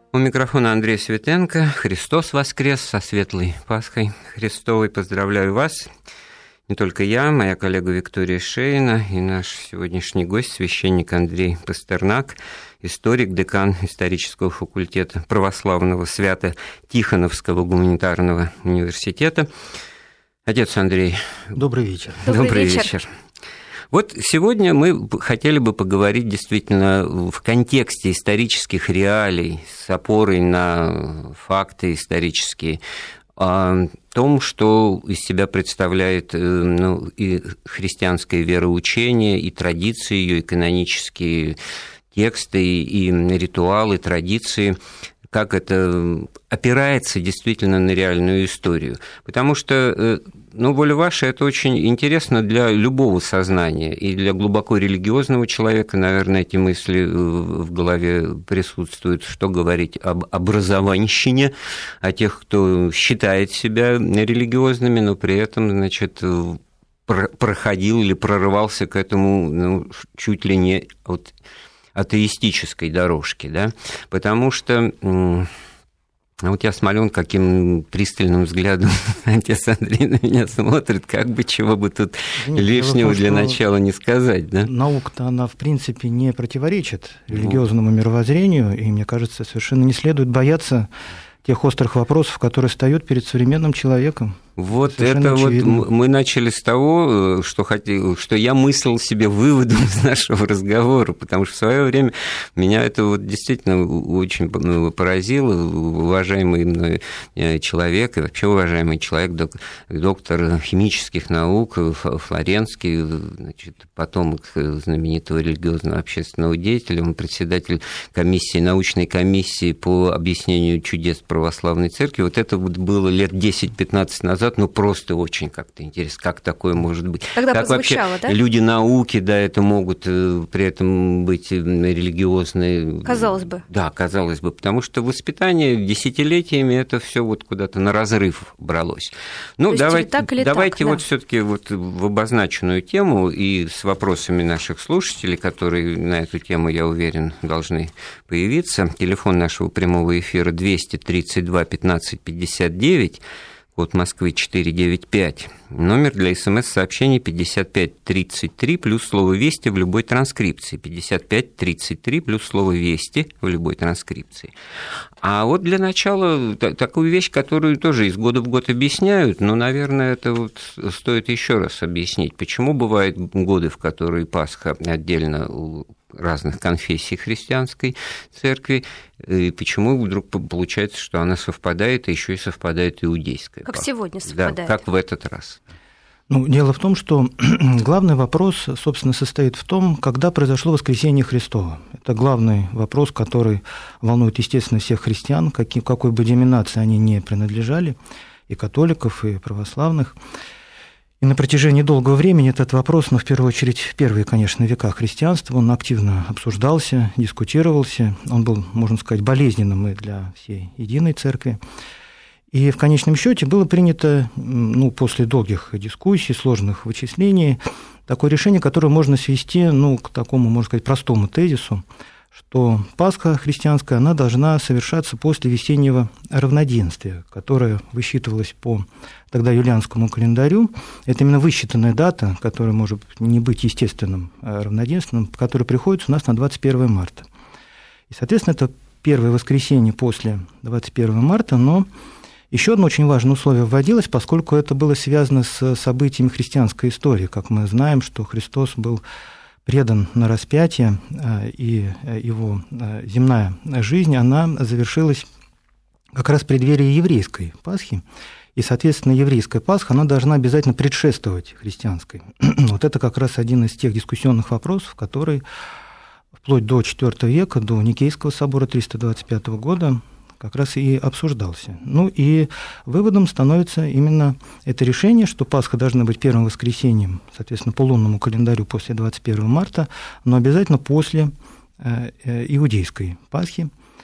У микрофона Андрей Светенко. Христос воскрес, со светлой Пасхой Христовой. Поздравляю вас. Не только я, моя коллега Виктория Шейна и наш сегодняшний гость, священник Андрей Пастернак, историк, декан исторического факультета православного Свято-Тихоновского гуманитарного университета. Отец Андрей. Добрый вечер. Добрый вечер. Вот сегодня мы хотели бы поговорить действительно в контексте исторических реалий с опорой на факты исторические о том, что из себя представляет и христианское вероучение, и традиции ее, и канонические тексты, и ритуалы, традиции, как это опирается действительно на реальную историю. Потому что, воля ваша, это очень интересно для любого сознания, и для глубоко религиозного человека, наверное, эти мысли в голове присутствуют, что говорить об образованщине, о тех, кто считает себя религиозными, но при этом, значит, проходил или прорывался к этому чуть ли не от атеистической дорожки, да, потому что вот я смотрю, каким пристальным взглядом отец Андрей на меня смотрит, как бы чего бы тут лишнего для начала не сказать, да? Наука-то, она, в принципе, не противоречит религиозному мировоззрению, и, мне кажется, совершенно не следует бояться тех острых вопросов, которые встают перед современным человеком. Вот совершенно это очевидно. Вот мы начали с того, что я мыслил себе выводом из нашего разговора, потому что в свое время меня это вот действительно очень поразило. Уважаемый мной человек, и вообще уважаемый человек, доктор химических наук, Флоренский, значит, потомок знаменитого религиозного общественного деятеля, он председатель научной комиссии по объяснению чудес православной церкви. Вот это вот было лет 10-15 назад, просто очень как-то интересно, как такое может быть. Тогда как прозвучало, вообще да? Люди науки, да, это могут при этом быть религиозные. Казалось бы. Да, казалось бы, потому что воспитание десятилетиями это все вот куда-то на разрыв бралось. Ну, давайте вот все-таки вот в обозначенную тему и с вопросами наших слушателей, которые на эту тему, я уверен, должны появиться. Телефон нашего прямого эфира 232 15 59. Код Москвы 495. Номер для СМС-сообщений 5533 плюс слово «Вести» в любой транскрипции. 5533 плюс слово «Вести» в любой транскрипции. А вот для начала такую вещь, которую тоже из года в год объясняют, но, наверное, это вот стоит еще раз объяснить. Почему бывают годы, в которые Пасха отдельно у разных конфессий христианской церкви, и почему вдруг получается, что она совпадает, и еще и совпадает иудейская. Как сегодня совпадает. Да, как в этот раз. Дело в том, что главный вопрос, собственно, состоит в том, когда произошло воскресение Христово. Это главный вопрос, который волнует, естественно, всех христиан, какой бы деноминации они ни принадлежали, и католиков, и православных. И на протяжении долгого времени этот вопрос, в первую очередь, в первые, конечно, века христианства, он активно обсуждался, дискутировался, он был, можно сказать, болезненным и для всей единой церкви. И в конечном счете было принято, после долгих дискуссий, сложных вычислений, такое решение, которое можно свести, к такому, можно сказать, простому тезису, что Пасха христианская, она должна совершаться после весеннего равноденствия, которое высчитывалось по тогда юлианскому календарю. Это именно высчитанная дата, которая может не быть естественным равноденствием, которая приходится у нас на 21 марта. И, соответственно, это первое воскресенье после 21 марта, но еще одно очень важное условие вводилось, поскольку это было связано с событиями христианской истории. Как мы знаем, что Христос был предан на распятие, и его земная жизнь, она завершилась как раз в преддверии еврейской Пасхи, и, соответственно, еврейская Пасха, она должна обязательно предшествовать христианской. Вот это как раз один из тех дискуссионных вопросов, который вплоть до IV века, до Никейского собора 325 года, как раз и обсуждался. И выводом становится именно это решение, что Пасха должна быть первым воскресеньем, соответственно, по лунному календарю после 21 марта, но обязательно после иудейской Пасхи.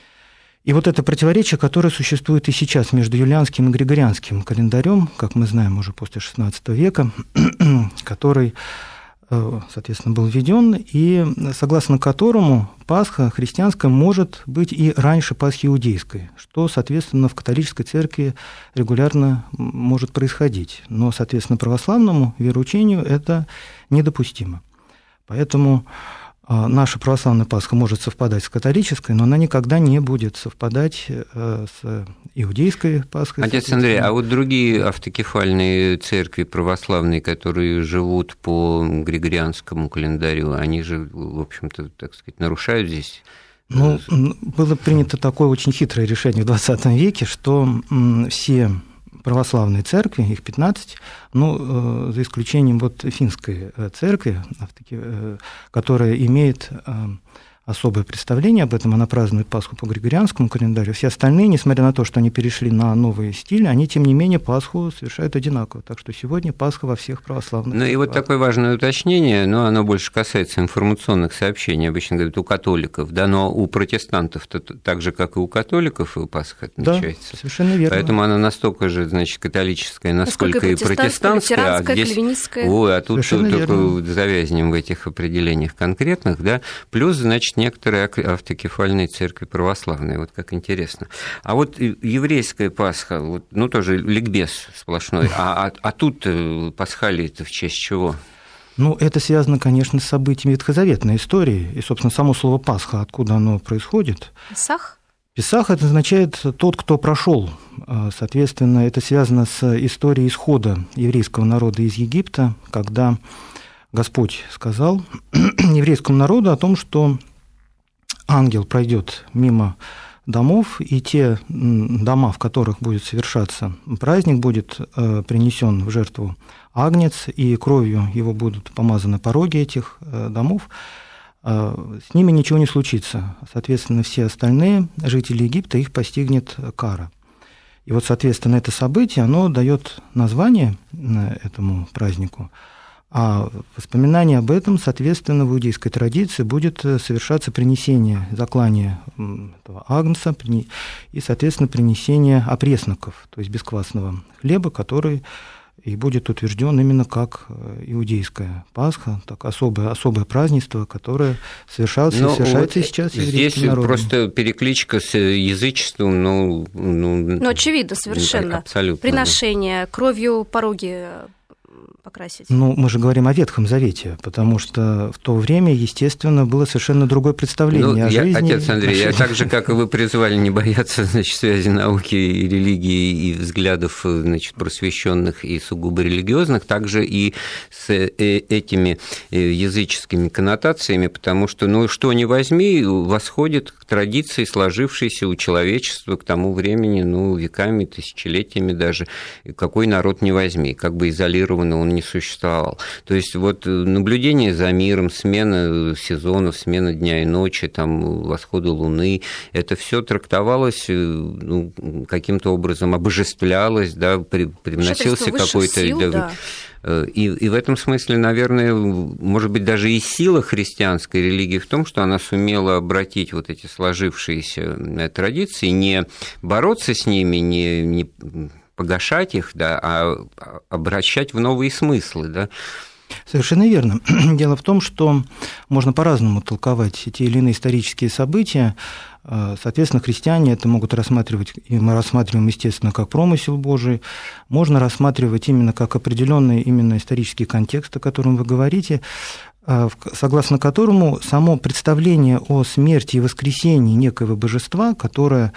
И вот это противоречие, которое существует и сейчас между юлианским и григорианским календарем, как мы знаем уже после XVI века, который соответственно, был введен, и согласно которому Пасха христианская может быть и раньше Пасхи иудейской, что, соответственно, в католической церкви регулярно может происходить. Но, соответственно, православному вероучению это недопустимо. Поэтому наша православная Пасха может совпадать с католической, но она никогда не будет совпадать с иудейской Пасхой. Отец Андрей, а вот другие автокефальные церкви православные, которые живут по григорианскому календарю, они же, в общем-то, так сказать, нарушают здесь? Ну, было принято такое очень хитрое решение в XX веке, что все православные церкви, их 15, ну, за исключением вот финской церкви, которая имеет особое представление об этом, она празднует Пасху по григорианскому календарю. Все остальные, несмотря на то, что они перешли на новый стиль, они, тем не менее, Пасху совершают одинаково. Так что сегодня Пасха во всех православных. Ну и вот такое важное уточнение, но оно больше касается информационных сообщений. Обычно говорят у католиков, да, но у протестантов так же, как и у католиков, Пасха отмечается. Да, совершенно верно. Поэтому она настолько же, значит, католическая, насколько и протестантская, а здесь... а тут только завязнем в этих определениях конкретных, да, плюс, значит, некоторые автокефальные церкви православные, вот как интересно. А вот еврейская Пасха, вот, ну, тоже ликбез сплошной, а тут пасхалии-то в честь чего? Ну, это связано, конечно, с событиями ветхозаветной истории, и, собственно, само слово «Пасха», откуда оно происходит. Песах? Песах – это означает «тот, кто прошел». Соответственно, это связано с историей исхода еврейского народа из Египта, когда Господь сказал еврейскому народу о том, что ангел пройдет мимо домов, и те дома, в которых будет совершаться праздник, будет принесен в жертву агнец, и кровью его будут помазаны пороги этих домов, с ними ничего не случится. Соответственно, все остальные жители Египта, их постигнет кара. И вот, соответственно, это событие, оно дает название этому празднику, а воспоминание об этом, соответственно, в иудейской традиции будет совершаться принесение, заклание этого агнца и, соответственно, принесение опресноков, то есть бесквасного хлеба, который и будет утвержден именно как иудейская Пасха, так особое празднество, которое совершается и совершается сейчас еврейским народом. Здесь просто перекличка с язычеством, ну очевидно, совершенно. Абсолютно. Приношение, кровью пороги покрасить. Ну, мы же говорим о Ветхом Завете, потому что в то время, естественно, было совершенно другое представление о жизни. Отец Андрей, я так же, как и вы призвали не бояться, значит, связи науки и религии и взглядов, значит, просвещенных и сугубо религиозных, также и с этими языческими коннотациями, потому что, ну, что ни возьми, восходит к традиции, сложившейся у человечества к тому времени, ну, веками, тысячелетиями даже, какой народ ни возьми, как бы изолированно он не существовал. То есть вот наблюдение за миром, смена сезонов, смена дня и ночи, там, восхода Луны, это все трактовалось, ну, каким-то образом обожествлялось, да, привносился какой-то... Да. И в этом смысле, наверное, может быть, даже и сила христианской религии в том, что она сумела обратить вот эти сложившиеся традиции, не бороться с ними, не погашать их, да, а обращать в новые смыслы, да. Совершенно верно. Дело в том, что можно по-разному толковать те или иные исторические события. Соответственно, христиане это могут рассматривать, и мы рассматриваем, естественно, как промысел Божий, можно рассматривать именно как определенный именно исторический контекст, о котором вы говорите, согласно которому само представление о смерти и воскресении некоего божества, которое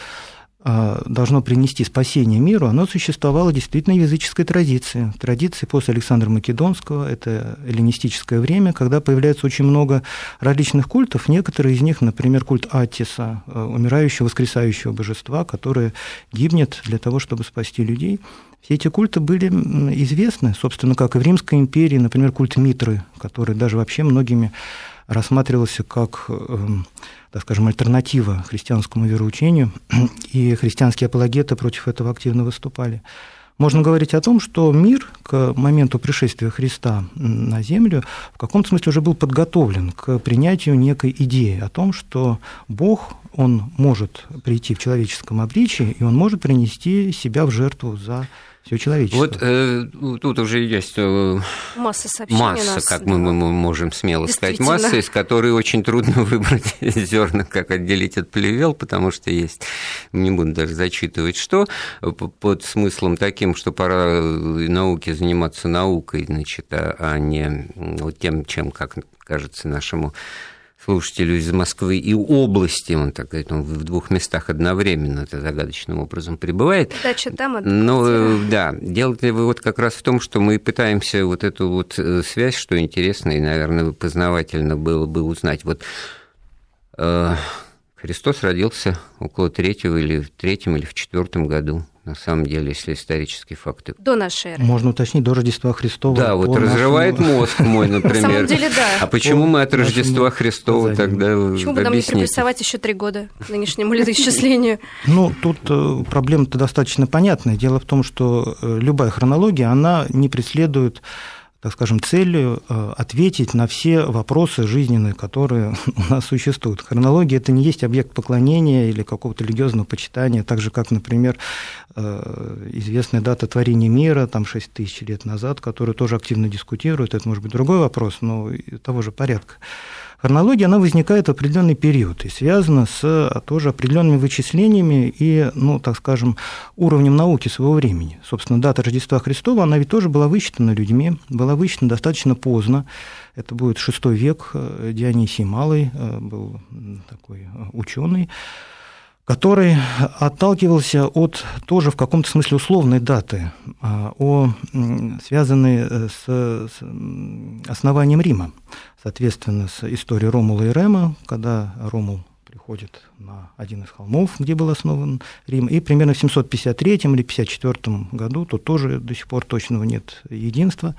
должно принести спасение миру, оно существовало действительно в языческой традиции. Традиции после Александра Македонского, это эллинистическое время, когда появляется очень много различных культов, некоторые из них, например, культ Аттиса, умирающего, воскресающего божества, которое гибнет для того, чтобы спасти людей. Все эти культы были известны, собственно, как и в Римской империи, например, культ Митры, который даже вообще многими рассматривался как, так скажем, альтернатива христианскому вероучению, и христианские апологеты против этого активно выступали. Можно говорить о том, что мир к моменту пришествия Христа на землю в каком-то смысле уже был подготовлен к принятию некой идеи о том, что Бог он может прийти в человеческом обличии, и он может принести себя в жертву за все человечество. Вот тут уже есть масса сообщений, как мы можем смело сказать, масса, из которой очень трудно выбрать зерна, как отделить от плевел, потому что есть, не буду даже зачитывать, что под смыслом таким, что пора науке заниматься наукой, значит, а не вот тем, чем, как кажется нашему слушателю из Москвы и области, он так говорит, он в двух местах одновременно это загадочным образом пребывает. Дача там, да, дело вот как раз в том, что мы пытаемся вот эту вот связь, что интересно и, наверное, познавательно было бы узнать. Вот Христос родился около третьем или в 4 году. На самом деле, если исторические факты. До нашей эры. Можно уточнить, до Рождества Христова. Да, вот разрывает мозг мой, например. На самом деле, да. А почему мы от Рождества Христова тогда Почему бы нам не припрессовать еще 3 года к нынешнему летоисчислению? Ну, тут проблема-то достаточно понятная. Дело в том, что любая хронология, она не преследует, так скажем, целью ответить на все вопросы жизненные, которые у нас существуют. Хронология – это не есть объект поклонения или какого-то религиозного почитания, так же, как, например, известная дата творения мира, там 6 тысяч лет назад, которую тоже активно дискутируют. Это, может быть, другой вопрос, но того же порядка. Хронология, она возникает в определенный период и связана с тоже определенными вычислениями и, ну, так скажем, уровнем науки своего времени. Собственно, дата Рождества Христова, она ведь тоже была высчитана людьми, была высчитана достаточно поздно. Это будет VI век, Дионисий Малый был такой ученый, который отталкивался от тоже в каком-то смысле условной даты, связанной с основанием Рима, соответственно, с историей Ромула и Рема, когда Ромул приходит на один из холмов, где был основан Рим, и примерно в 753 или 54 году, тут тоже до сих пор точного нет единства,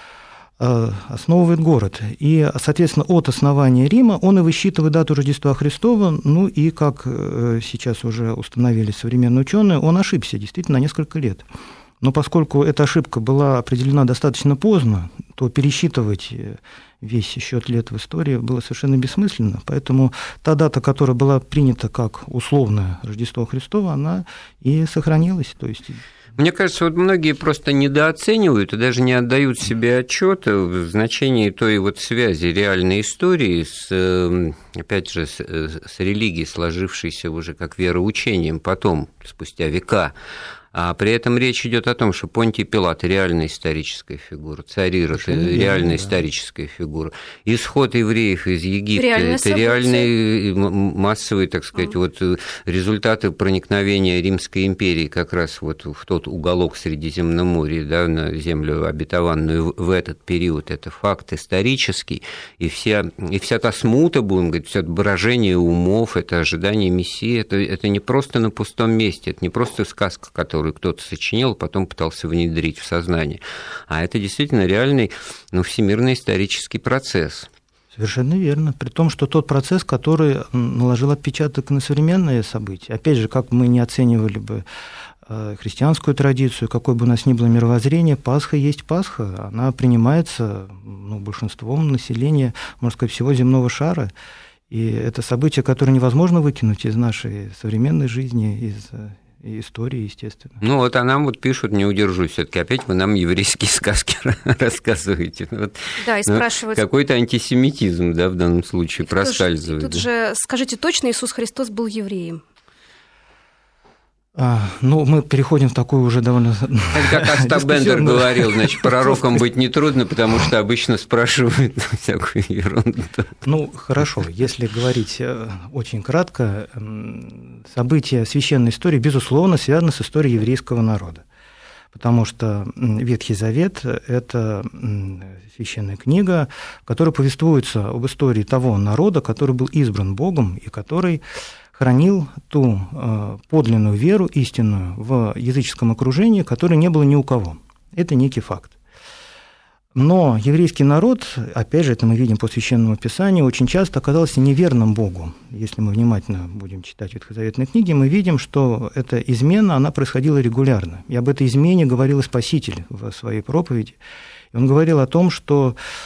основывает город. И, соответственно, от основания Рима он и высчитывает дату Рождества Христова, ну и, как сейчас уже установили современные ученые, он ошибся действительно на несколько лет. Но поскольку эта ошибка была определена достаточно поздно, то пересчитывать весь счет лет в истории было совершенно бессмысленно. Поэтому та дата, которая была принята как условное Рождество Христово, она и сохранилась. То есть... Мне кажется, вот многие просто недооценивают и даже не отдают себе отчета в значении той вот связи реальной истории с, опять же, с религией, сложившейся уже как вероучением потом, спустя века. А при этом речь идет о том, что Понтий Пилат – реальная историческая фигура, царь Ирод – реальная историческая фигура, исход евреев из Египта – это реальные массовые, так сказать, вот результаты проникновения Римской империи как раз вот в тот уголок Средиземноморья, да, на землю обетованную в этот период. Это факт исторический, и вся та смута, будем говорить, все это брожение умов, это ожидание Мессии, это не просто на пустом месте, это не просто сказка, которую кто-то сочинил, а потом пытался внедрить в сознание. А это действительно реальный, всемирный исторический процесс. Совершенно верно. При том, что тот процесс, который наложил отпечаток на современные события, опять же, как мы не оценивали бы христианскую традицию, какое бы у нас ни было мировоззрение, Пасха есть Пасха, она принимается большинством населения, можно сказать, всего земного шара. И это событие, которое невозможно выкинуть из нашей современной жизни, из истории, естественно. А нам вот пишут, не удержусь, все-таки опять вы нам еврейские сказки рассказываете. Да, и спрашивают... Какой-то антисемитизм, да, в данном случае проскальзывает. Тут же, скажите точно, Иисус Христос был евреем? Мы переходим в такую уже довольно... Это как Остап Бендер говорил, значит, пророком быть нетрудно, потому что обычно спрашивают всякую ерунду. Хорошо, если говорить очень кратко, события священной истории, безусловно, связаны с историей еврейского народа, потому что Ветхий Завет – это священная книга, в которой повествуется об истории того народа, который был избран Богом и который хранил ту подлинную веру, истинную, в языческом окружении, которой не было ни у кого. Это некий факт. Но еврейский народ, опять же, это мы видим по Священному Писанию, очень часто оказался неверным Богу. Если мы внимательно будем читать ветхозаветные книги, мы видим, что эта измена, она происходила регулярно. И об этой измене говорил и Спаситель в своей проповеди. И он говорил о том, что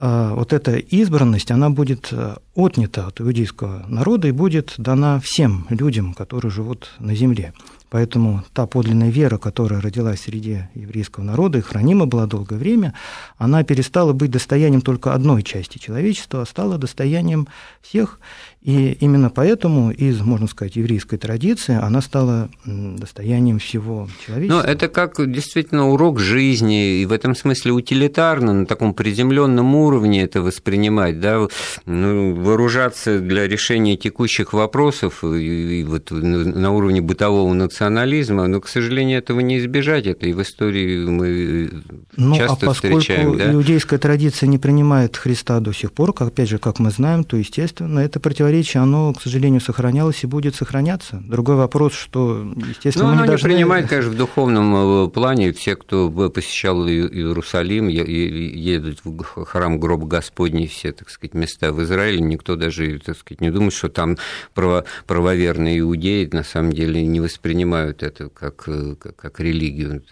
вот эта избранность, она будет отнята от иудейского народа и будет дана всем людям, которые живут на земле. Поэтому та подлинная вера, которая родилась среди еврейского народа и хранима была долгое время, она перестала быть достоянием только одной части человечества, а стала достоянием всех. И именно поэтому из, можно сказать, еврейской традиции она стала достоянием всего человечества. Но это как действительно урок жизни, и в этом смысле утилитарно, на таком приземленном уровне это воспринимать, да, вооружаться для решения текущих вопросов и вот на уровне бытового национализма, но, к сожалению, этого не избежать, это и в истории мы часто встречаем. Поскольку иудейская традиция не принимает Христа до сих пор, опять же, как мы знаем, то, естественно, это противоречие, оно, к сожалению, сохранялось и будет сохраняться. Другой вопрос, что, естественно, мы не должны... не принимает, конечно, в духовном плане. Все, кто посещал Иерусалим, едут в храм Гроба Господний, все, так сказать, места в Израиле, никто даже, так сказать, не думает, что там правоверные иудеи на самом деле не воспринимают это как религию.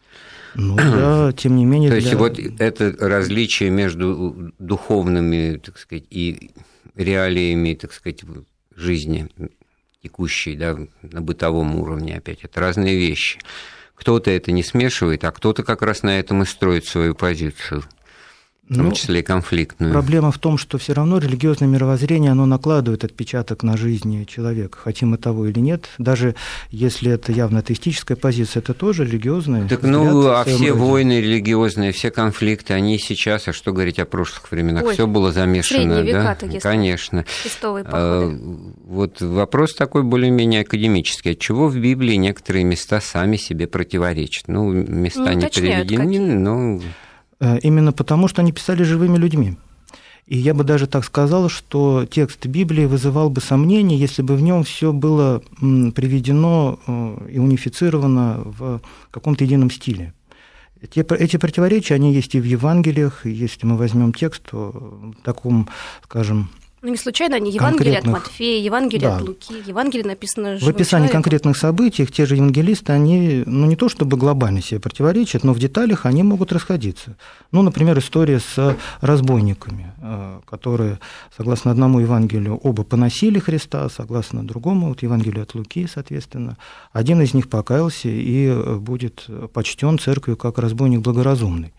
Да, тем не менее... То есть вот это различие между духовными, так сказать, и реалиями, так сказать, жизни текущей, да, на бытовом уровне опять, это разные вещи. Кто-то это не смешивает, а кто-то как раз на этом и строит свою позицию, в том числе и конфликтную. Проблема в том, что все равно религиозное мировоззрение, оно накладывает отпечаток на жизнь человека, хотим мы того или нет, даже если это явно атеистическая позиция, это тоже религиозная. Так, а все войны религиозные, все конфликты, они сейчас, а что говорить о прошлых временах, все было замешано, да? Конечно. Крестовые походы. Вот вопрос такой более-менее академический. Отчего в Библии некоторые места сами себе противоречат? Места не приведены, но... Именно потому, что они писали живыми людьми. И я бы даже так сказал, что текст Библии вызывал бы сомнения, если бы в нем все было приведено и унифицировано в каком-то едином стиле. Эти противоречия, они есть и в Евангелиях, и если мы возьмем текст, то в таком, скажем... не случайно они Евангелие от Матфея, Евангелие от Луки, Евангелие написано живым в описании человеком. Конкретных событий те же евангелисты, они, не то чтобы глобально себе противоречат, но в деталях они могут расходиться. Например, история с разбойниками, которые, согласно одному Евангелию, оба поносили Христа, согласно другому, Евангелию от Луки, соответственно, один из них покаялся и будет почтен церковью как разбойник благоразумный.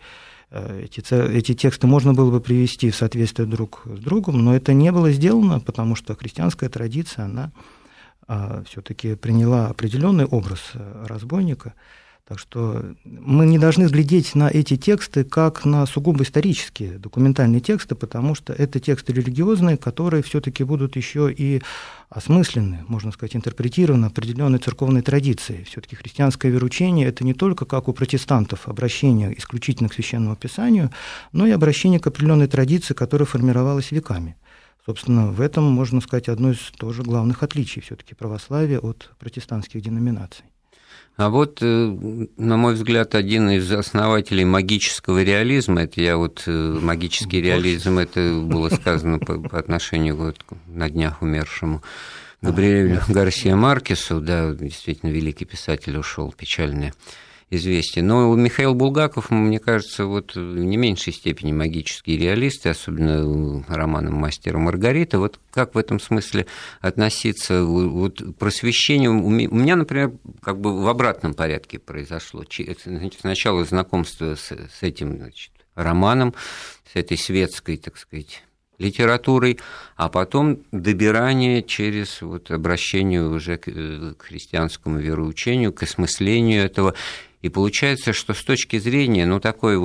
Эти тексты можно было бы привести в соответствие друг с другом, но это не было сделано, потому что христианская традиция, она все-таки приняла определенный образ разбойника. Так что мы не должны глядеть на эти тексты как на сугубо исторические документальные тексты, потому что это тексты религиозные, которые все-таки будут еще и осмыслены, можно сказать, интерпретированы определенной церковной традицией. Все-таки христианское вероучение – это не только, как у протестантов, обращение исключительно к Священному Писанию, но и обращение к определенной традиции, которая формировалась веками. Собственно, в этом, можно сказать, одно из тоже главных отличий все-таки православия от протестантских деноминаций. А вот, на мой взгляд, один из основателей магического реализма, магический реализм, это было сказано по отношению к на днях умершему Габриэлю Гарсия Маркесу, да, действительно великий писатель, ушел, печальное известие. Но Михаил Булгаков, мне кажется, в не меньшей степени магический реалист, особенно романом «Мастер и Маргарита». Вот как в этом смысле относиться? Просвещение у меня, например, как бы в обратном порядке произошло. Сначала знакомство с этим романом, с этой светской, так сказать, литературой, а потом добирание через обращение уже к христианскому вероучению, к осмыслению этого. И получается, что с точки зрения, такой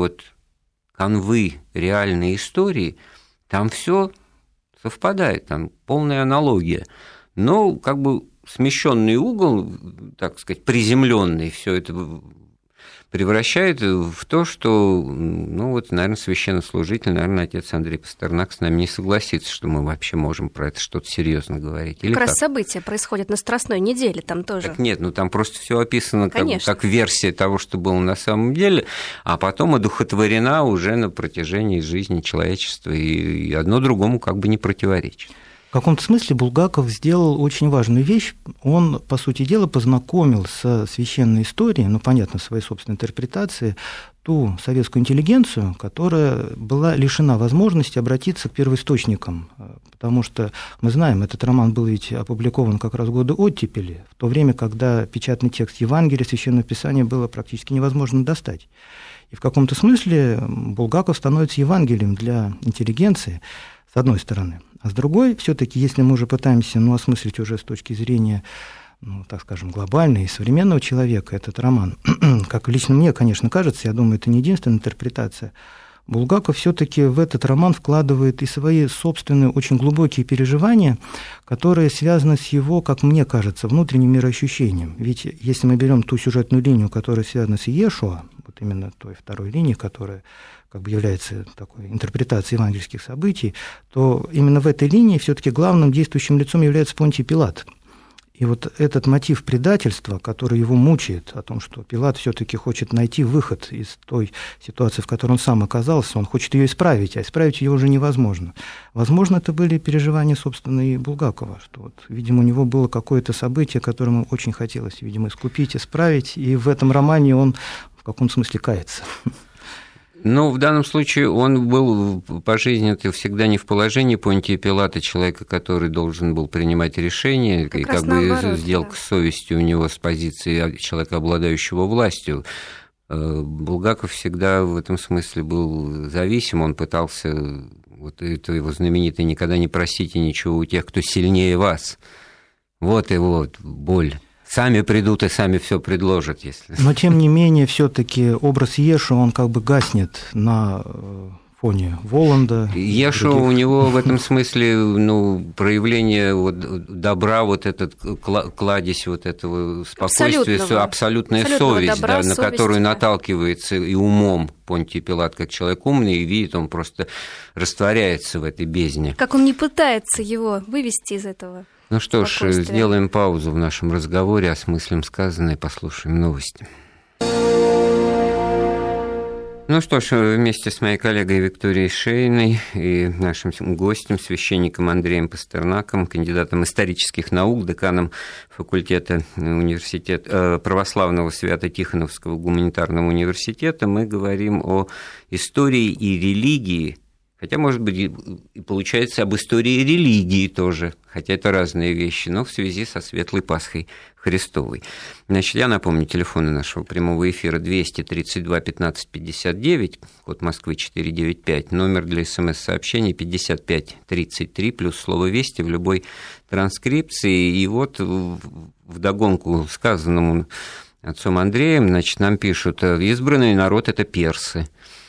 канвы реальной истории, там все совпадает, там полная аналогия. Но как бы смещенный угол, так сказать, приземленный, все это превращает в то, что, наверное, священнослужитель, наверное, отец Андрей Пастернак с нами не согласится, что мы вообще можем про это что-то серьезно говорить. Или как раз события происходят на Страстной неделе там тоже. Так нет, там просто все описано как версия того, что было на самом деле, а потом одухотворена уже на протяжении жизни человечества, и одно другому как бы не противоречит. каком-то смысле Булгаков сделал очень важную вещь. Он, по сути дела, познакомил со священной историей, ну, понятно, в своей собственной интерпретации, ту советскую интеллигенцию, которая была лишена возможности обратиться к первоисточникам, потому что мы знаем, этот роман был ведь опубликован как раз в годы оттепели, в то время, когда печатный текст Евангелия, Священного Писания было практически невозможно достать. И в каком-то смысле Булгаков становится Евангелием для интеллигенции, с одной стороны. А с другой, все-таки, если мы уже пытаемся осмыслить уже с точки зрения, так скажем, глобального и современного человека этот роман, как лично мне, конечно, кажется, я думаю, это не единственная интерпретация, Булгаков все-таки в этот роман вкладывает и свои собственные очень глубокие переживания, которые связаны с его, как мне кажется, внутренним мироощущением. Ведь если мы берем ту сюжетную линию, которая связана с Иешуа, вот именно той второй линией, которая как бы является такой интерпретацией евангельских событий, то именно в этой линии все-таки главным действующим лицом является Понтий Пилат. И вот этот мотив предательства, который его мучает, о том, что Пилат все-таки хочет найти выход из той ситуации, в которой он сам оказался, он хочет ее исправить, а исправить ее уже невозможно. Возможно, это были переживания, собственно, и Булгакова, что вот, видимо, у него было какое-то событие, которое ему очень хотелось, видимо, искупить, исправить, и в этом романе он в каком-то смысле кается. Ну, в данном случае он был по жизни всегда не в положении Понтия Пилата, человека, который должен был принимать решения, и как бы сделка с совестью у него с позиции человека, обладающего властью. Булгаков всегда в этом смысле был зависим, он пытался, вот это его знаменитое «никогда не просите ничего у тех, кто сильнее вас». Вот его боль. Сами придут и сами все предложат, если... Но, тем не менее, все-таки образ Иешуа, он как бы гаснет на фоне Воланда. Иешуа у него в этом смысле, проявление добра, вот этот кладезь вот этого спокойствия, абсолютная совесть, добра, на которую наталкивается и умом Понтий Пилат, как человек умный, и видит, он просто растворяется в этой бездне. Как он не пытается его вывести из этого. Ну что ж, сделаем паузу в нашем разговоре, осмыслим сказанное и послушаем новости. Ну что ж, вместе с моей коллегой Викторией Шейной и нашим гостем, священником Андреем Пастернаком, кандидатом исторических наук, деканом факультета Православного Свято-Тихоновского гуманитарного университета, мы говорим о истории и религии. Хотя, может быть, и получается об истории религии тоже, хотя это разные вещи, но в связи со Светлой Пасхой Христовой. Значит, я напомню, телефоны нашего прямого эфира 232 15 59, код Москвы 495, номер для СМС-сообщений 55 33, плюс слово «Вести» в любой транскрипции. И вот вдогонку сказанному отцом Андреем, значит, нам пишут: избранный народ – это персы.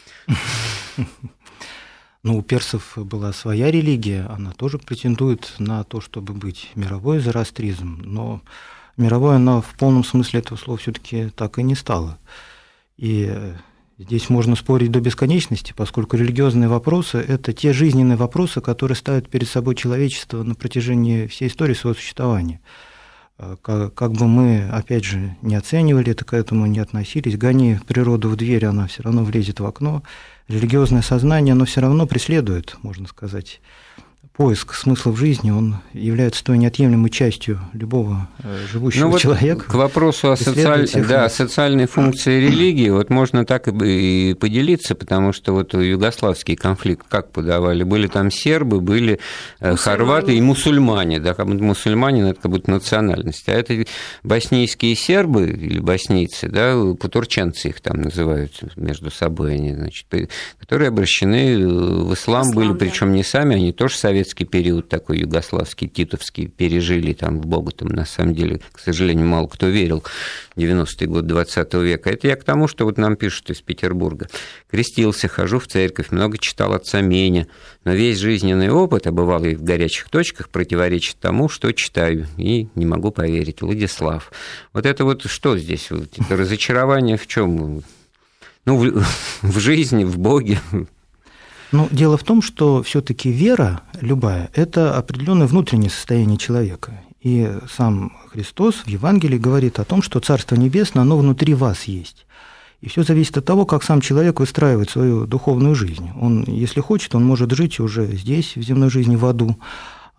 У персов была своя религия, она тоже претендует на то, чтобы быть мировой зороастризм, но мировой она в полном смысле этого слова все-таки так и не стала. И здесь можно спорить до бесконечности, поскольку религиозные вопросы – это те жизненные вопросы, которые ставят перед собой человечество на протяжении всей истории своего существования. Как бы мы, опять же, не оценивали это, к этому не относились, гони природу в дверь, она все равно влезет в окно. Религиозное сознание, оно все равно преследует, можно сказать, поиск смысла в жизни, он является той неотъемлемой частью любого живущего человека. К вопросу о социальной функции религии, вот можно так и поделиться, потому что вот югославский конфликт как подавали? Были там сербы, были хорваты и мусульмане, да, как будто мусульмане, это как будто национальность, а это боснийские сербы или боснийцы, да, путурчанцы их там называют между собой, они, значит, которые обращены в ислам были, причем не сами, они тоже советский период такой югославский, титовский, пережили там в Богу, там, на самом деле, к сожалению, мало кто верил, 90-й год 20 века. Это я к тому, что вот нам пишут из Петербурга. Крестился, хожу в церковь, много читал отца Меня, но весь жизненный опыт, а бывало и в горячих точках, противоречит тому, что читаю, и не могу поверить. Владислав. Вот это вот что здесь? Это разочарование в чем? В жизни, в Боге. Дело в том, что все-таки вера любая – это определенное внутреннее состояние человека. И сам Христос в Евангелии говорит о том, что Царство Небесное, оно внутри вас есть. И все зависит от того, как сам человек выстраивает свою духовную жизнь. Он, если хочет, он может жить уже здесь, в земной жизни, в аду.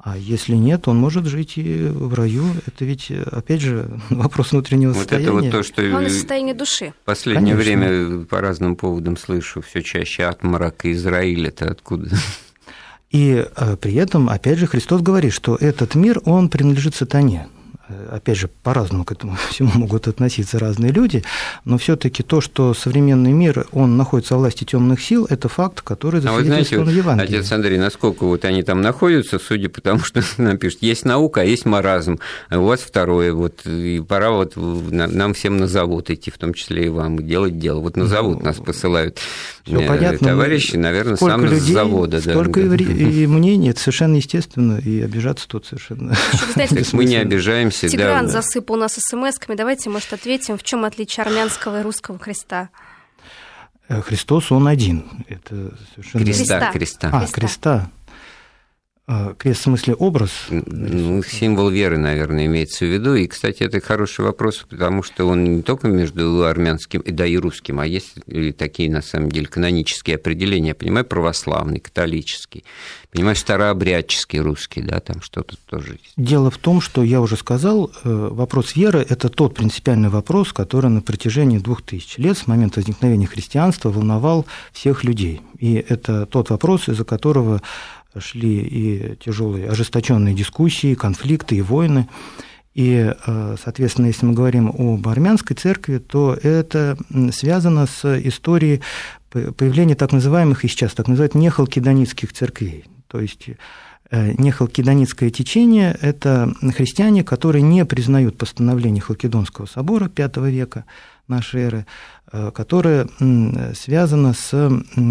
А если нет, он может жить и в раю. Это ведь, опять же, вопрос внутреннего состояния. Вот это вот то, что главное состояние души. В последнее время по разным поводам слышу все чаще от мрака Израиль. Это откуда? И при этом, опять же, Христос говорит, что этот мир, он принадлежит сатане. Опять же, по-разному к этому всему могут относиться разные люди, но все-таки то, что современный мир, он находится во власти темных сил, это факт, который засвидетельствован в Евангелии. Отец Андрей, насколько вот они там находятся, судя по тому, что нам пишут, есть наука, а есть маразм, а у вас второе, вот, и пора вот нам всем на завод идти, в том числе и вам, и делать дело. Вот на завод нас посылают товарищи, наверное, сам с завода. Сколько и мнений, это совершенно естественно, и обижаться тут совершенно... Мы не обижаемся. Тигран засыпал нас смс-ками. Давайте, может, ответим, в чем отличие армянского и русского креста? Христос, он один. Это совершенно... Креста. Креста. Крест в смысле образ? Ну, символ веры, наверное, имеется в виду. И, кстати, это хороший вопрос, потому что он не только между армянским, да и русским, а есть и такие, на самом деле, канонические определения. Я понимаю, православный, католический, понимаю, старообрядческий русский, да, там что-то тоже есть. Дело в том, что я уже сказал, вопрос веры – это тот принципиальный вопрос, который на протяжении 2000 лет с момента возникновения христианства волновал всех людей. И это тот вопрос, из-за которого шли и тяжелые ожесточенные дискуссии, конфликты и войны. И, соответственно, если мы говорим об армянской церкви, то это связано с историей появления так называемых, и сейчас так называют, нехалкидонитских церквей. То есть нехалкидонитское течение – это христиане, которые не признают постановление Халкидонского собора V века нашей эры, которое связано с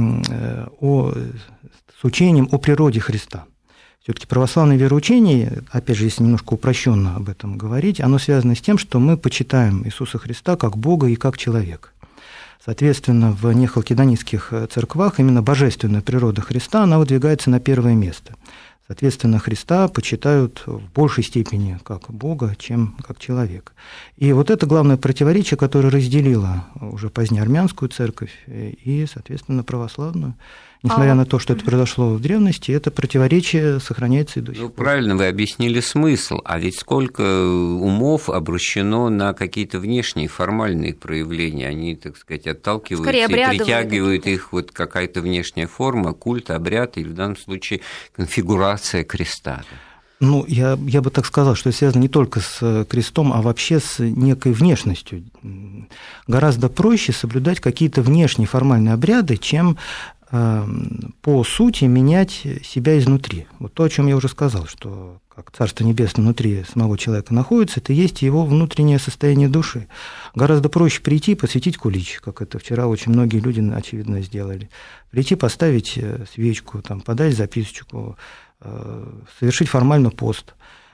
учением о природе Христа. Все-таки православное вероучение, опять же, если немножко упрощенно об этом говорить, оно связано с тем, что мы почитаем Иисуса Христа как Бога и как человека. Соответственно, в нехалкидонитских церквах именно божественная природа Христа, она выдвигается на первое место. Соответственно, Христа почитают в большей степени как Бога, чем как человека. И вот это главное противоречие, которое разделило уже позднее армянскую церковь и, соответственно, православную. Несмотря на то, что это произошло в древности, это противоречие сохраняется и до сих пор. Правильно вы объяснили смысл, а ведь сколько умов обращено на какие-то внешние формальные проявления, они, так сказать, отталкиваются и притягивают их вот какая-то внешняя форма, культ, обряд, или в данном случае конфигурация креста. Ну, я бы так сказал, что это связано не только с крестом, а вообще с некой внешностью. Гораздо проще соблюдать какие-то внешние формальные обряды, чем по сути менять себя изнутри. Вот то, о чем я уже сказал, что как Царство Небесное внутри самого человека находится, это и есть его внутреннее состояние души. Гораздо проще прийти и посвятить кулич, как это вчера очень многие люди, очевидно, сделали. Прийти, поставить свечку, там, подать записочку, совершить формально пост,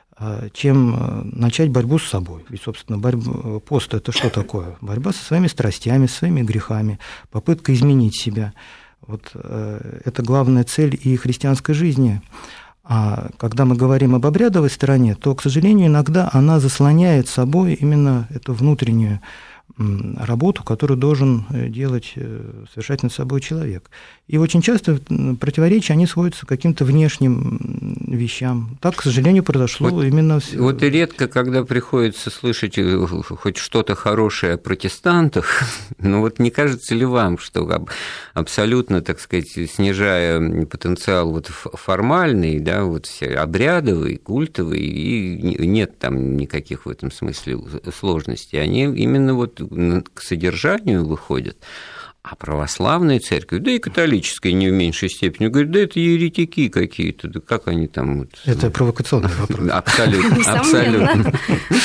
чем начать борьбу с собой. Ведь, собственно, пост – это что такое? Борьба со своими страстями, со своими грехами, попытка изменить себя. Вот это главная цель и христианской жизни. А когда мы говорим об обрядовой стороне, то, к сожалению, иногда она заслоняет собой именно эту внутреннюю работу, которую должен делать, совершать над собой человек. И очень часто противоречия, они сводятся к каким-то внешним вещам. Так, к сожалению, произошло вот, именно... Вот и редко, когда приходится слышать хоть что-то хорошее о протестантах, но вот не кажется ли вам, что абсолютно, так сказать, снижая потенциал вот формальный, да, вот обрядовый, культовый, и нет там никаких в этом смысле сложностей, они именно вот к содержанию выходят, а православная церковь, да и католическая не в меньшей степени, говорят, да это еретики какие-то, да как они там... Это провокационный вопрос. Абсолютно.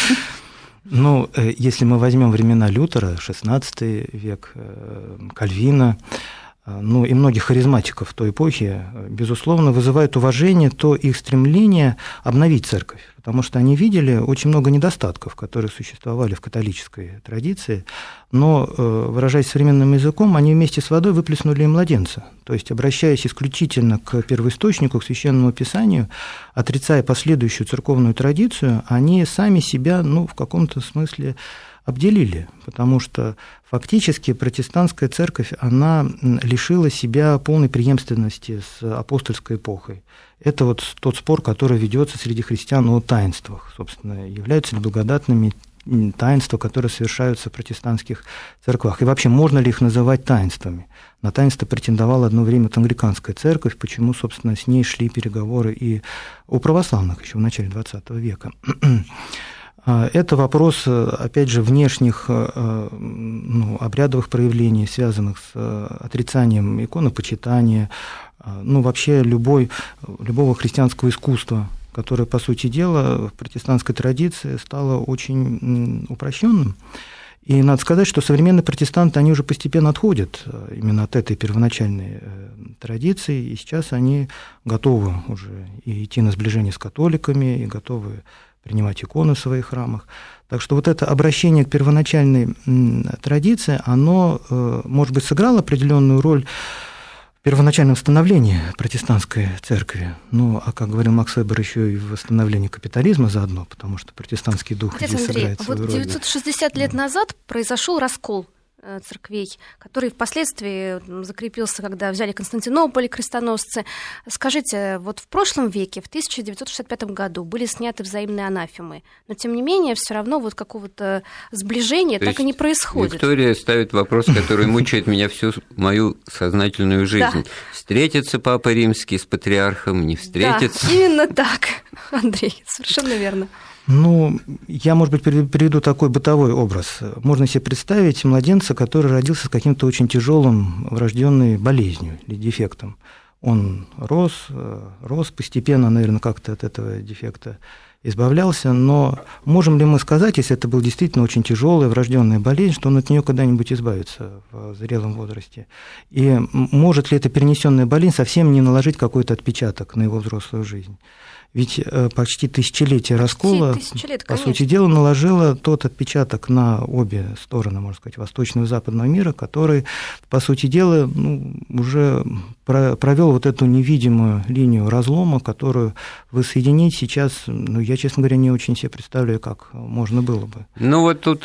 Ну, если мы возьмем времена Лютера, XVI век, Кальвина, ну и многих харизматиков той эпохи, безусловно, вызывает уважение то их стремление обновить церковь, потому что они видели очень много недостатков, которые существовали в католической традиции, но, выражаясь современным языком, они вместе с водой выплеснули и младенца, то есть, обращаясь исключительно к первоисточнику, к Священному Писанию, отрицая последующую церковную традицию, они сами себя, ну, в каком-то смысле обделили, потому что фактически протестантская церковь, она лишила себя полной преемственности с апостольской эпохой. это вот тот спор, который ведется среди христиан о таинствах. Собственно, являются ли благодатными таинства, которые совершаются в протестантских церквах. И вообще, можно ли их называть таинствами? На таинство претендовала одно время англиканская церковь, почему, собственно, с ней шли переговоры и у православных еще в начале XX века. Это вопрос, опять же, внешних обрядовых проявлений, связанных с отрицанием иконопочитания, вообще любого христианского искусства, которое, по сути дела, в протестантской традиции стало очень упрощенным. И надо сказать, что современные протестанты, они уже постепенно отходят именно от этой первоначальной традиции, и сейчас они готовы уже и идти на сближение с католиками, и готовы принимать иконы в своих храмах. Так что вот это обращение к первоначальной традиции, оно, может быть, сыграло определенную роль в первоначальном становлении протестантской церкви. А как говорил Макс Вебер, еще и в восстановлении капитализма заодно, потому что протестантский дух здесь сыграет свою роль. 960 лет назад произошел раскол церквей, который впоследствии закрепился, когда взяли Константинополь крестоносцы. Скажите, вот в прошлом веке, в 1965 году, были сняты взаимные анафемы, но тем не менее все равно вот какого-то сближения так и не происходит. Виктория ставит вопрос, который мучает меня всю мою сознательную жизнь. Да. Встретится Папа Римский с патриархом, не встретится? Да, именно так, Андрей, совершенно верно. Я, может быть, приведу такой бытовой образ. Можно себе представить младенца, который родился с каким-то очень тяжелым врожденной болезнью или дефектом. Он рос постепенно, наверное, как-то от этого дефекта избавлялся, но можем ли мы сказать, если это была действительно очень тяжелая врожденная болезнь, что он от нее когда-нибудь избавится в зрелом возрасте? И может ли эта перенесенная болезнь совсем не наложить какой-то отпечаток на его взрослую жизнь? Ведь почти тысячелетие раскола, по сути дела, наложило тот отпечаток на обе стороны, можно сказать, восточного и западного мира, который, по сути дела, уже провел вот эту невидимую линию разлома, которую воссоединить сейчас, я, честно говоря, не очень себе представляю, как можно было бы. Вот тут,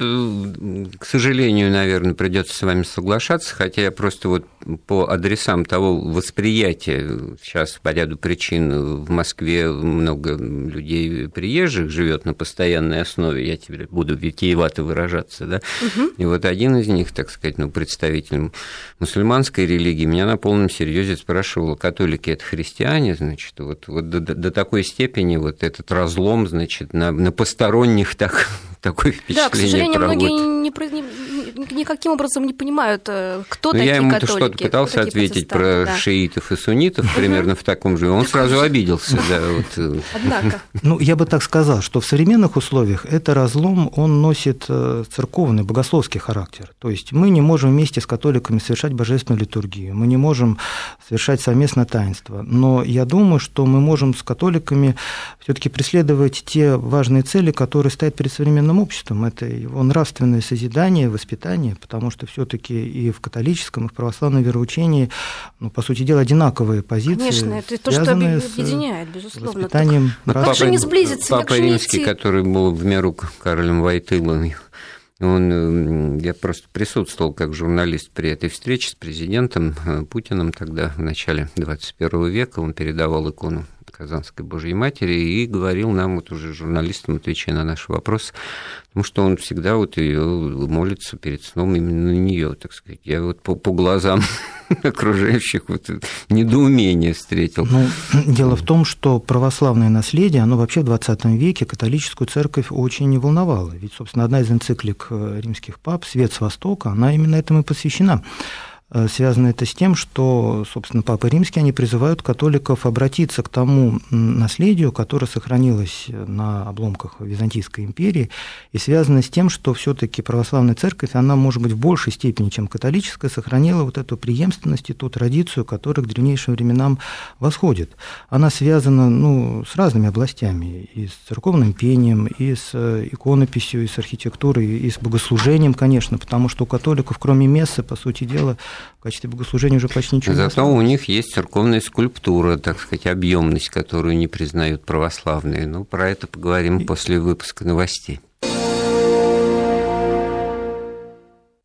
к сожалению, наверное, придется с вами соглашаться, хотя я просто вот по адресам того восприятия, сейчас по ряду причин в Москве много людей приезжих живет на постоянной основе, я теперь буду витиевато выражаться, да, и вот один из них, так сказать, представитель мусульманской религии, меня на полном серьезе спрашивал, католики – это христиане, значит, вот до такой степени вот этот разлом, значит, на посторонних такое впечатление. Да, к сожалению, многие никаким образом не понимают, кто такие я ему католики. Что-то пытался ответить про шиитов и суннитов примерно в таком же, он сразу обиделся. Однако. Я бы так сказал, что в современных условиях это разлом, он носит церковный, богословский характер. То есть мы не можем вместе с католиками совершать божественную литургию, мы не можем совершать совместное таинство. Но я думаю, что мы можем с католиками все-таки преследовать те важные цели, которые стоят перед современным обществом. Это его нравственное созидание, воспитание, потому что все-таки и в католическом, и в православном вероучении, по сути дела, одинаковые позиции. Конечно, это то, что объединяет, безусловно. Воспитанием. Как же не сблизиться, Папа Римский, который был в меру Каролем Войтылой, я просто присутствовал как журналист при этой встрече с президентом Путиным тогда, в начале 21 века. Он передавал икону Казанской Божьей Матери и говорил нам, уже журналистам, отвечая на наши вопросы, потому что он всегда ее молится перед сном именно на нее, так сказать. Я по глазам окружающих недоумение встретил. Дело в том, что православное наследие, оно вообще в 20 веке католическую церковь очень не волновало. Ведь, собственно, одна из энциклик римских пап «Свет с Востока», она именно этому и посвящена. Связано это с тем, что, собственно, Папы Римские, они призывают католиков обратиться к тому наследию, которое сохранилось на обломках Византийской империи, и связано с тем, что все-таки православная церковь, она, может быть, в большей степени, чем католическая, сохранила вот эту преемственность и ту традицию, которая к древнейшим временам восходит. Она связана, с разными областями, и с церковным пением, и с иконописью, и с архитектурой, и с богослужением, конечно, потому что у католиков, кроме мессы, по сути дела, в качестве богослужения уже почти ничего не осталось. Зато у них есть церковная скульптура, так сказать, объемность, которую не признают православные. Про это поговорим после выпуска новостей.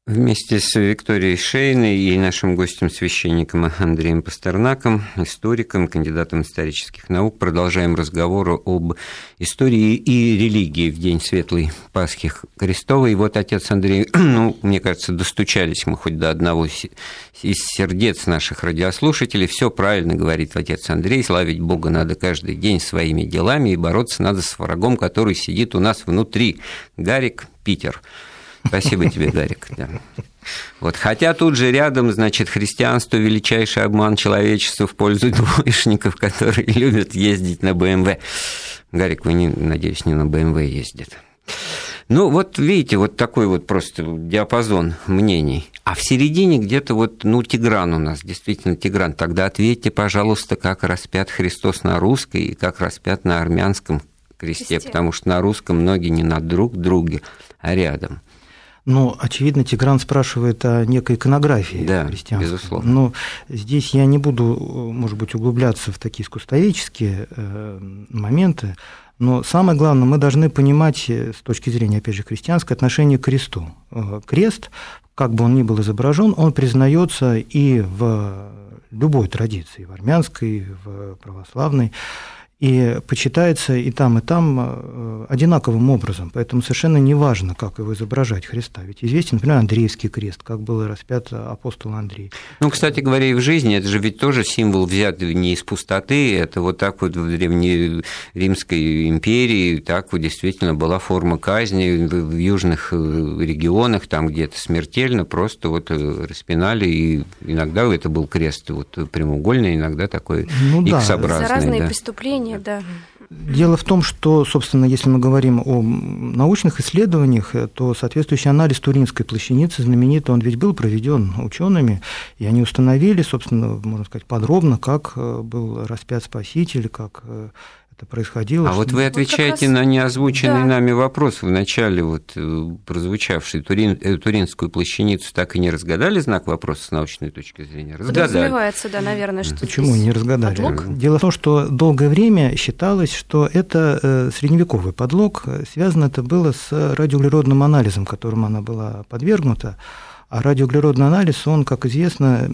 Вместе с Викторией Шейной и нашим гостем, священником Андреем Пастернаком, историком, кандидатом исторических наук, продолжаем разговор об истории и религии в день Светлой Пасхи Христовой. И вот, отец Андрей, мне кажется, достучались мы хоть до одного из сердец наших радиослушателей. Все правильно говорит отец Андрей. Славить Бога надо каждый день своими делами, и бороться надо с врагом, который сидит у нас внутри. Гарик, Питер. Спасибо тебе, Гарик. Да. Вот. Хотя тут же рядом, значит, христианство – величайший обман человечества в пользу двоечников, которые любят ездить на БМВ. Гарик, вы, надеюсь, не на БМВ ездит. Ну, вот видите, вот такой вот просто диапазон мнений. А в середине где-то вот, Тигран у нас, действительно Тигран. Тогда ответьте, пожалуйста, как распят Христос на русской и как распят на армянском кресте, потому что на русском ноги не на друг друге, а рядом. Очевидно, Тигран спрашивает о некой иконографии христианской. Безусловно. Но здесь я не буду, может быть, углубляться в такие искусствоведческие моменты, но самое главное, мы должны понимать с точки зрения, опять же, христианское отношение к кресту. Крест, как бы он ни был изображен, он признается и в любой традиции, в армянской, в православной, и почитается и там одинаковым образом, поэтому совершенно не важно, как его изображать, Христа. Ведь известен, например, Андреевский крест, как был распят апостол Андрей. Кстати говоря, и в жизни это же ведь тоже символ взят не из пустоты, это вот так вот в Древней Римской империи, так вот действительно была форма казни в южных регионах, там где-то смертельно, просто вот распинали, и иногда это был крест вот прямоугольный, иногда такой иксообразный. За разные преступления. Да. Дело в том, что, собственно, если мы говорим о научных исследованиях, то соответствующий анализ Туринской плащаницы знаменитый, он ведь был проведен учеными, и они установили, собственно, можно сказать, подробно, как был распят Спаситель, как это происходило. А вот вы отвечаете на неозвученный нами вопрос в начале, прозвучавший. Туринскую плащаницу так и не разгадали знак вопроса с научной точки зрения? Разгадали. Подразумевается, наверное, что Почему не разгадали? Подлог? Дело в том, что долгое время считалось, что это средневековый подлог. Связано это было с радиоуглеродным анализом, которым она была подвергнута. А радиоуглеродный анализ, он, как известно,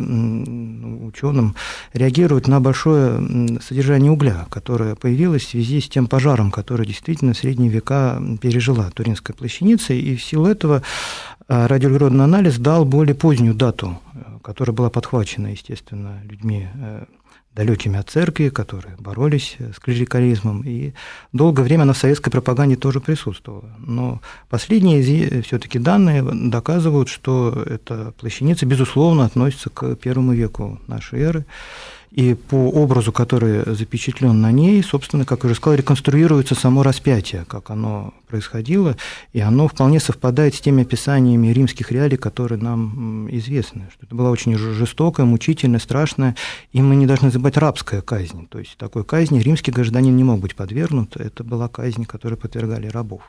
ученым реагирует на большое содержание угля, которое появилось в связи с тем пожаром, который действительно в средние века пережила Туринская плащаница, и в силу этого радиоуглеродный анализ дал более позднюю дату, которая была подхвачена, естественно, людьми далекими от церкви, которые боролись с клерикализмом, и долгое время она в советской пропаганде тоже присутствовала. Но последние все-таки данные доказывают, что эта плащаница, безусловно, относится к первому веку нашей эры, и по образу, который запечатлен на ней, собственно, как я уже сказал, реконструируется само распятие, как оно происходило, и оно вполне совпадает с теми описаниями римских реалий, которые нам известны, что это была очень жестокая, мучительная, страшная, и мы не должны забывать рабская казнь, то есть такой казни римский гражданин не мог быть подвергнут, это была казнь, которой подвергали рабов.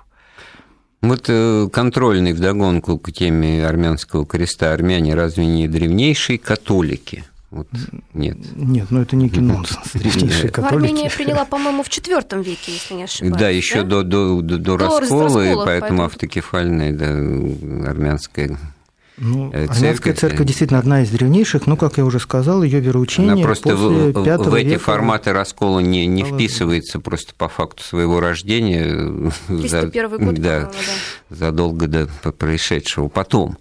Вот контрольный вдогонку к теме армянского креста. Армяне разве не древнейшие католики? Нет, это некий нонсенс. Древнейшие католики. Армения приняла, по-моему, в IV веке, если не ошибаюсь. Да, еще до раскола, и поэтому автокефальная армянская церковь. Армянская церковь действительно одна из древнейших, но, как я уже сказал, ее вероучение она просто после V века. В эти форматы раскола не вписывается просто по факту своего рождения. 301 год, да, задолго до происшедшего потом.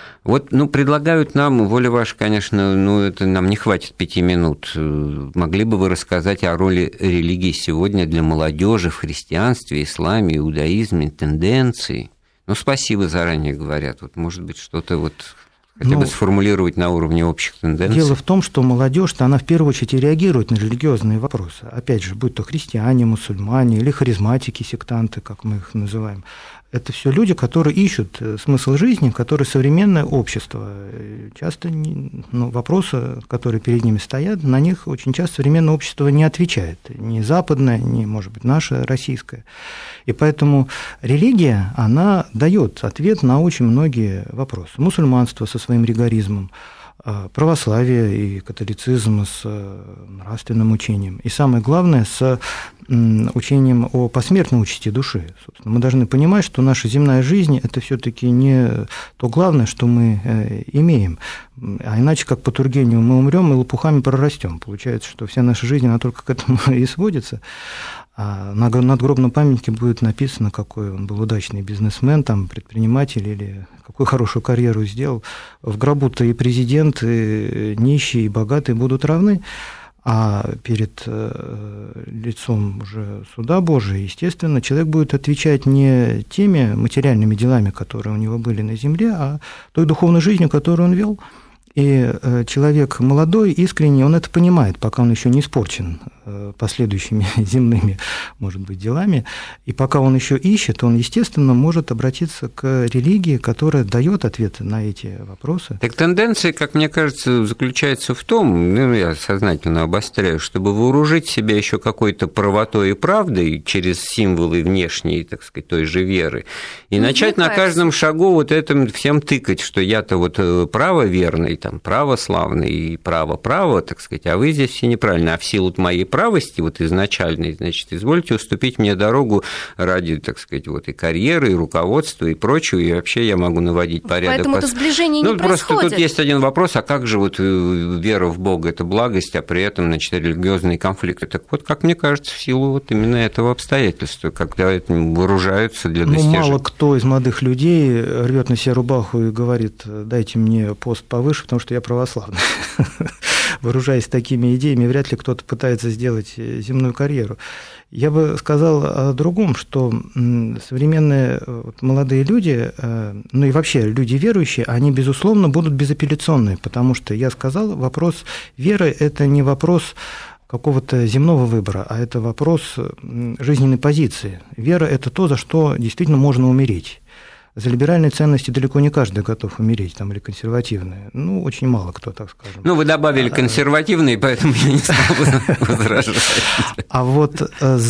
Предлагают нам, воля ваша, конечно, это нам не хватит 5 минут. Могли бы вы рассказать о роли религии сегодня для молодежи в христианстве, исламе, иудаизме, тенденции? Спасибо заранее говорят. Может быть, что-то хотя бы сформулировать на уровне общих тенденций. Дело в том, что молодежь-то, она в первую очередь и реагирует на религиозные вопросы. Опять же, будь то христиане, мусульмане или харизматики, сектанты, как мы их называем. Это все люди, которые ищут смысл жизни, который современное общество. Часто вопросы, которые перед ними стоят, на них очень часто современное общество не отвечает. Ни западное, ни, может быть, наше российское. И поэтому религия, она дает ответ на очень многие вопросы. Мусульманство со своим ригоризмом, православие и католицизм с нравственным учением. И самое главное, с учением о посмертной участи души. Собственно, мы должны понимать, что наша земная жизнь – это все-таки не то главное, что мы имеем. А иначе, как по Тургеневу, мы умрем и лопухами прорастем. Получается, что вся наша жизнь, она только к этому и сводится. А на надгробном памятнике будет написано, какой он был удачный бизнесмен, там, предприниматель или какую хорошую карьеру сделал. В гробу-то и президент, и нищий, и богатый будут равны. А перед лицом уже суда Божия, естественно, человек будет отвечать не теми материальными делами, которые у него были на земле, а той духовной жизнью, которую он вел. И человек молодой, искренний, он это понимает, пока он еще не испорчен последующими земными, может быть, делами. И пока он еще ищет, он, естественно, может обратиться к религии, которая дает ответы на эти вопросы. Так тенденция, как мне кажется, заключается в том, я сознательно обостряю, чтобы вооружить себя еще какой-то правотой и правдой через символы внешней, так сказать, той же веры, и начать на каждом шагу вот этим всем тыкать, что я-то вот правоверный, там, православный и право, так сказать, а вы здесь все неправильно, а в силу моей правости, вот изначальной, значит, извольте уступить мне дорогу ради, так сказать, вот и карьеры, и руководства, и прочего, и вообще я могу наводить порядок. Поэтому это сближение не происходит. Просто тут есть один вопрос, а как же вот вера в Бога – это благость, а при этом, значит, религиозные конфликты? Так вот, как мне кажется, в силу вот именно этого обстоятельства, когда этим вооружаются для достижения. Мало кто из молодых людей рвет на себе рубаху и говорит: дайте мне пост повыше, потому что я православный. Вооружаясь такими идеями, вряд ли кто-то пытается сделать земную карьеру. Я бы сказал о другом, что современные молодые люди, ну и вообще люди верующие, они, безусловно, будут безапелляционные, потому что, я сказал, вопрос веры – это не вопрос какого-то земного выбора, а это вопрос жизненной позиции. Вера – это то, за что действительно можно умереть. За либеральные ценности далеко не каждый готов умереть, там, или консервативные. Ну, очень мало кто, так скажем. Ну, вы добавили консервативные, поэтому я не стал возражать. А вот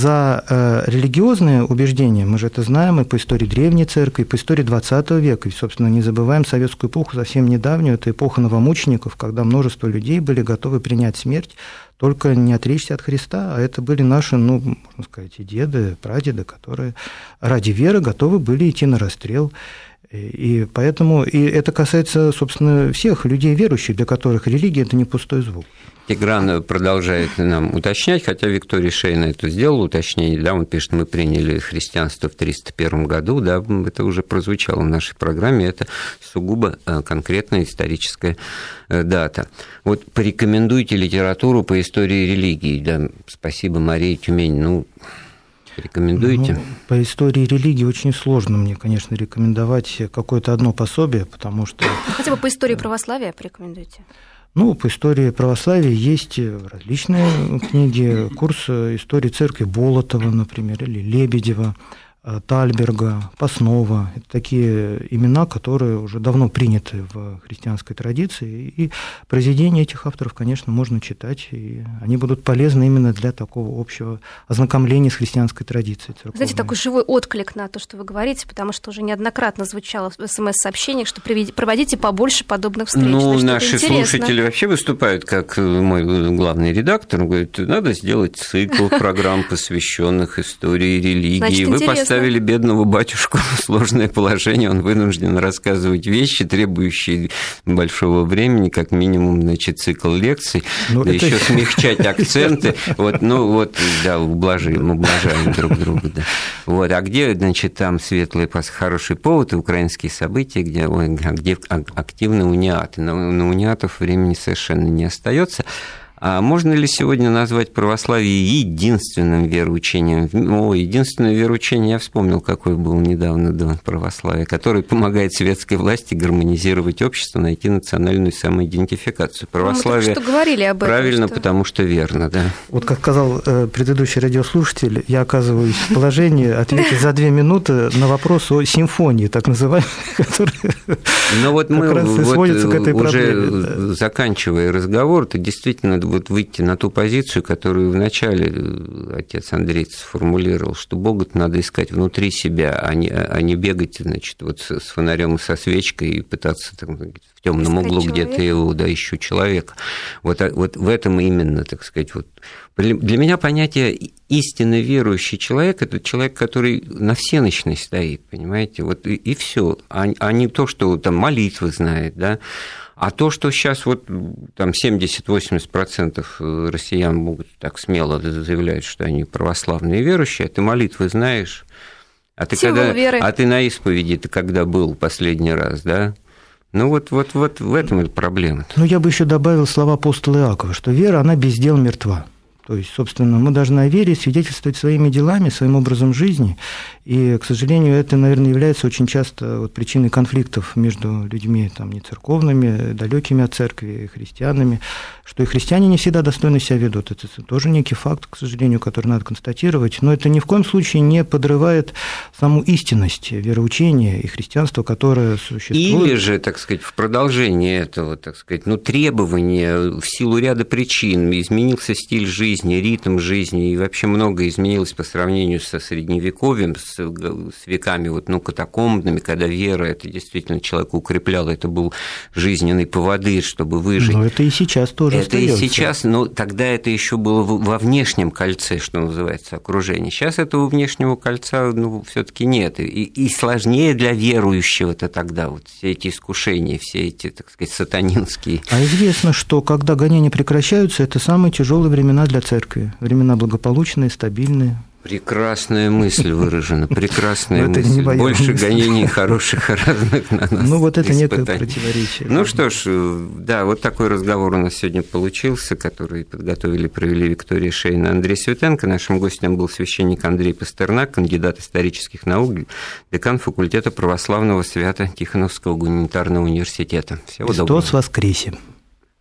за религиозные убеждения, мы же это знаем и по истории Древней Церкви, и по истории XX века. И, собственно, не забываем советскую эпоху совсем недавнюю, это эпоха новомучеников, когда множество людей были готовы принять смерть, только не отречься от Христа, а это были наши, ну, можно сказать, и деды, прадеды, которые ради веры готовы были идти на расстрел. И поэтому и это касается, собственно, всех людей верующих, для которых религия – это не пустой звук. Тигран продолжает нам уточнять, хотя Викторий Шейна это сделал уточнение, да, он пишет: мы приняли христианство в 301 году, да, это уже прозвучало в нашей программе, это сугубо конкретная историческая дата. Вот порекомендуйте литературу по истории религии, да, спасибо, Мария, Тюмень, ну, рекомендуете? Ну, по истории религии очень сложно мне, конечно, рекомендовать какое-то одно пособие, потому что… Хотя бы по истории православия порекомендуйте. Ну, по истории православия есть различные книги, курс истории церкви Болотова, например, или Лебедева, Тальберга, Паснова. Это такие имена, которые уже давно приняты в христианской традиции, и произведения этих авторов, конечно, можно читать, и они будут полезны именно для такого общего ознакомления с христианской традицией церковной. Знаете, такой живой отклик на то, что вы говорите, потому что уже неоднократно звучало в СМС-сообщениях, что проводите побольше подобных встреч. Ну, значит, наши слушатели вообще выступают, как мой главный редактор, он говорит: надо сделать цикл программ, посвященных истории религии. Значит, вы поставили бедного батюшку в сложное положение, он вынужден рассказывать вещи, требующие большого времени, как минимум, значит, цикл лекций, да это… еще смягчать акценты. Вот, ну вот, да, ублажаем друг друга. Да. Вот, а где, значит, там светлый, хороший повод, украинские события, где активны униаты. На униатов времени совершенно не остается. А можно ли сегодня назвать православие единственным вероучением? Единственное вероучение, я вспомнил, какое было недавно до православия, которое помогает светской власти гармонизировать общество, найти национальную самоидентификацию. Православие мы говорили об этом, правильно, потому что верно, да. Вот как сказал предыдущий радиослушатель, я оказываюсь в положении ответить за 2 минуты на вопрос о симфонии, так называемой, которая как раз и сводится к этой проблеме. Уже заканчивая разговор, это действительно вот выйти на ту позицию, которую вначале отец Андрей сформулировал, что Бога надо искать внутри себя, а не бегать, значит, вот с фонарем и со свечкой и пытаться там, в темном углу где-то его, да, ищу человека. Вот в этом именно, так сказать, вот. Для меня понятие истинно верующий человек – это человек, который на всенощной стоит, понимаете, вот и все, а не то, что там молитвы знает, да, а то, что сейчас вот там 70-80% россиян могут так смело заявлять, что они православные верующие, а ты молитвы знаешь, а ты на исповеди-то когда был последний раз, да? Ну вот в этом и проблема. Ну, я бы еще добавил слова апостола Иакова, что вера, она без дел мертва. То есть, собственно, мы должны о вере свидетельствовать своими делами, своим образом жизни. И, к сожалению, это, наверное, является очень часто вот причиной конфликтов между людьми там, не церковными, далекими от церкви, христианами, что и христиане не всегда достойно себя ведут. Это тоже некий факт, к сожалению, который надо констатировать. Но это ни в коем случае не подрывает саму истинность вероучения и христианства, которое существует. Или же, так сказать, в продолжении этого, так сказать, требования в силу ряда причин, изменился стиль жизни, ритм жизни, и вообще многое изменилось по сравнению со Средневековьем, с веками катакомбными, когда вера, это действительно человека укрепляла, это был жизненный поводырь, чтобы выжить. Но это и сейчас тоже остаётся. Это и сейчас, но тогда это еще было во внешнем кольце, что называется, окружение. Сейчас этого внешнего кольца все-таки нет. И сложнее для верующего-то тогда вот все эти искушения, все эти, так сказать, сатанинские. А известно, что когда гонения прекращаются, это самые тяжелые времена для церкви. Времена благополучные, стабильные. Прекрасная мысль выражена, прекрасная мысль. Больше гонений хороших разных на нас. Ну, вот это некое противоречие. Ну что ж, да, вот такой разговор у нас сегодня получился, который подготовили и провели Виктория Шейна и Андрей Светенко. Нашим гостем был священник Андрей Пастернак, кандидат исторических наук, декан факультета православного Свято-Тихоновского гуманитарного университета. Всего доброго. Христос воскресе!